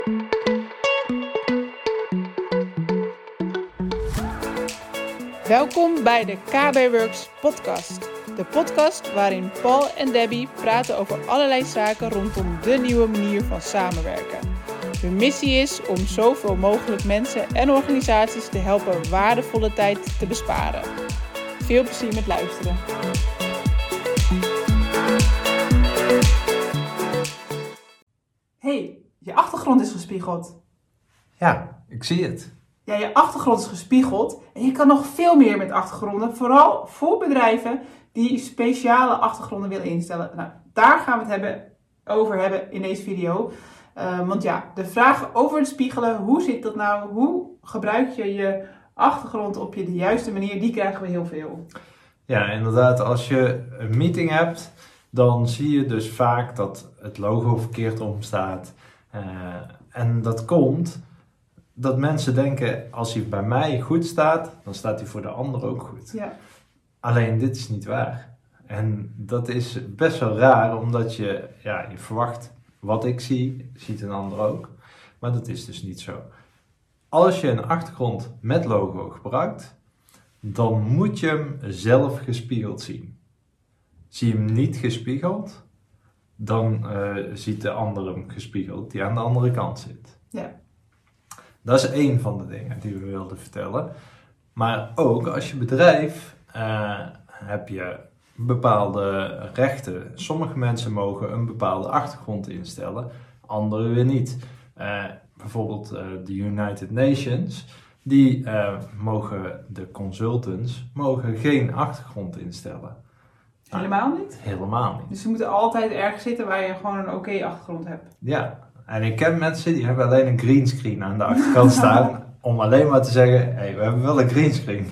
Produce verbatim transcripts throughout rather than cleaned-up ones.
Welkom bij de K B Works podcast. De podcast waarin Paul en Debbie praten over allerlei zaken rondom de nieuwe manier van samenwerken. Hun missie is om zoveel mogelijk mensen en organisaties te helpen waardevolle tijd te besparen. Veel plezier met luisteren. Hey, je achtergrond is gespiegeld. Ja, ik zie het. Ja, je achtergrond is gespiegeld en je kan nog veel meer met achtergronden. Vooral voor bedrijven die speciale achtergronden willen instellen. Nou, daar gaan we het hebben, over hebben in deze video. Uh, want ja, de vraag over het spiegelen, hoe zit dat nou? Hoe gebruik je je achtergrond op je de juiste manier? Die krijgen we heel veel. Ja, inderdaad. Als je een meeting hebt, dan zie je dus vaak dat het logo verkeerd om staat. Uh, en dat komt dat mensen denken, als hij bij mij goed staat, dan staat hij voor de ander ook goed. Ja. Alleen dit is niet waar. En dat is best wel raar, omdat je, ja, je verwacht wat ik zie, ziet een ander ook. Maar dat is dus niet zo. Als je een achtergrond met logo gebruikt, dan moet je hem zelf gespiegeld zien. Zie je hem niet gespiegeld, dan uh, ziet de ander hem gespiegeld die aan de andere kant zit. Ja. Dat is één van de dingen die we wilden vertellen. Maar ook als je bedrijf uh, heb je bepaalde rechten. Sommige mensen mogen een bepaalde achtergrond instellen, anderen weer niet. Uh, bijvoorbeeld uh, de United Nations, die uh, mogen de consultants mogen geen achtergrond instellen. Helemaal niet? Helemaal niet. Dus ze moeten altijd ergens zitten waar je gewoon een oké achtergrond hebt. Ja, en ik ken mensen die hebben alleen een greenscreen aan de achterkant staan, om alleen maar te zeggen, hé, hey, we hebben wel een greenscreen.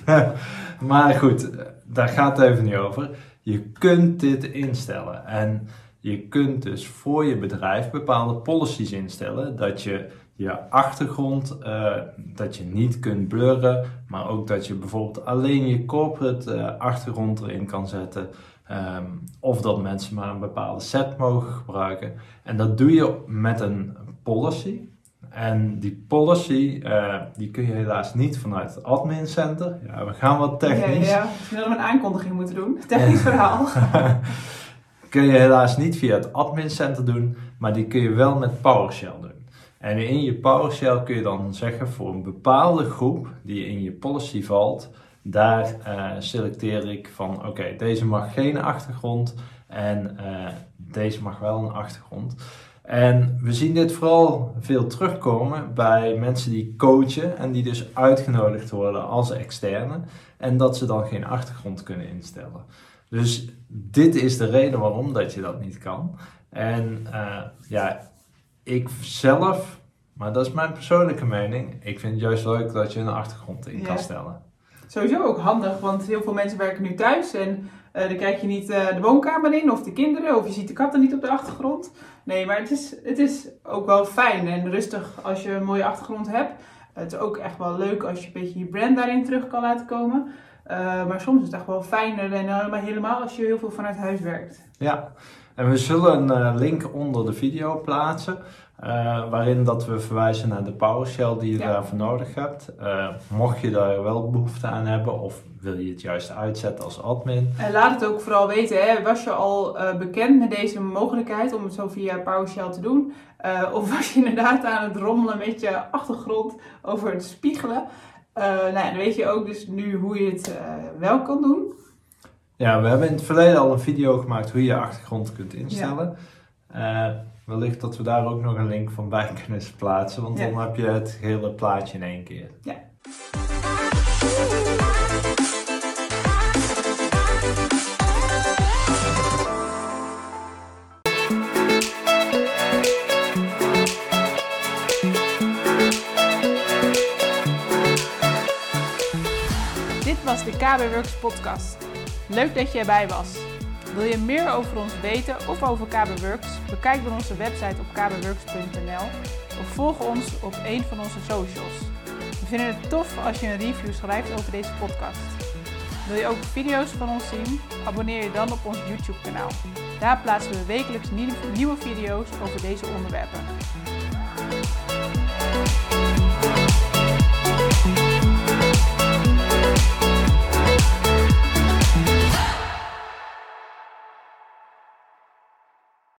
Maar goed, daar gaat het even niet over. Je kunt dit instellen en je kunt dus voor je bedrijf bepaalde policies instellen, dat je je achtergrond, uh, dat je niet kunt blurren, maar ook dat je bijvoorbeeld alleen je corporate uh, achtergrond erin kan zetten. Um, of dat mensen maar een bepaalde set mogen gebruiken. En dat doe je met een policy. En die policy, uh, die kun je helaas niet vanuit het admin center. Ja, we gaan wat technisch. Ja, ja. Misschien hadden we een aankondiging moeten doen. Technisch verhaal. Kun je helaas niet via het admin center doen, maar die kun je wel met PowerShell doen. En in je PowerShell kun je dan zeggen voor een bepaalde groep die in je policy valt, daar uh, selecteer ik van oké, okay, deze mag geen achtergrond en uh, deze mag wel een achtergrond. En we zien dit vooral veel terugkomen bij mensen die coachen en die dus uitgenodigd worden als externe en dat ze dan geen achtergrond kunnen instellen. Dus dit is de reden waarom dat je dat niet kan. En uh, ja, ik zelf, maar dat is mijn persoonlijke mening, ik vind het juist leuk dat je een achtergrond in kan ja. stellen. Sowieso ook handig, want heel veel mensen werken nu thuis en uh, dan kijk je niet uh, de woonkamer in of de kinderen of je ziet de katten niet op de achtergrond. Nee, maar het is, het is ook wel fijn en rustig als je een mooie achtergrond hebt. Het is ook echt wel leuk als je een beetje je brand daarin terug kan laten komen. Uh, maar soms is het echt wel fijner en uh, helemaal als je heel veel vanuit huis werkt. Ja, en we zullen een uh, link onder de video plaatsen. Uh, waarin dat we verwijzen naar de PowerShell die je ja. daarvoor nodig hebt. Uh, mocht je daar wel behoefte aan hebben of wil je het juist uitzetten als admin. En laat het ook vooral weten, hè? Was je al uh, bekend met deze mogelijkheid om het zo via PowerShell te doen? Uh, of was je inderdaad aan het rommelen met je achtergrond over het spiegelen? Uh, nou ja, dan weet je ook dus nu hoe je het uh, wel kan doen. Ja, we hebben in het verleden al een video gemaakt hoe je je achtergrond kunt instellen. Ja. Uh, Wellicht dat we daar ook nog een link van bij kunnen plaatsen, want ja. dan heb je het hele plaatje in één keer. Ja. Dit was de K B Works podcast. Leuk dat je erbij was. Wil je meer over ons weten of over K B Works? Bekijk dan onze website op k b works punt n l of volg ons op een van onze socials. We vinden het tof als je een review schrijft over deze podcast. Wil je ook video's van ons zien? Abonneer je dan op ons YouTube kanaal. Daar plaatsen we wekelijks nieuwe video's over deze onderwerpen.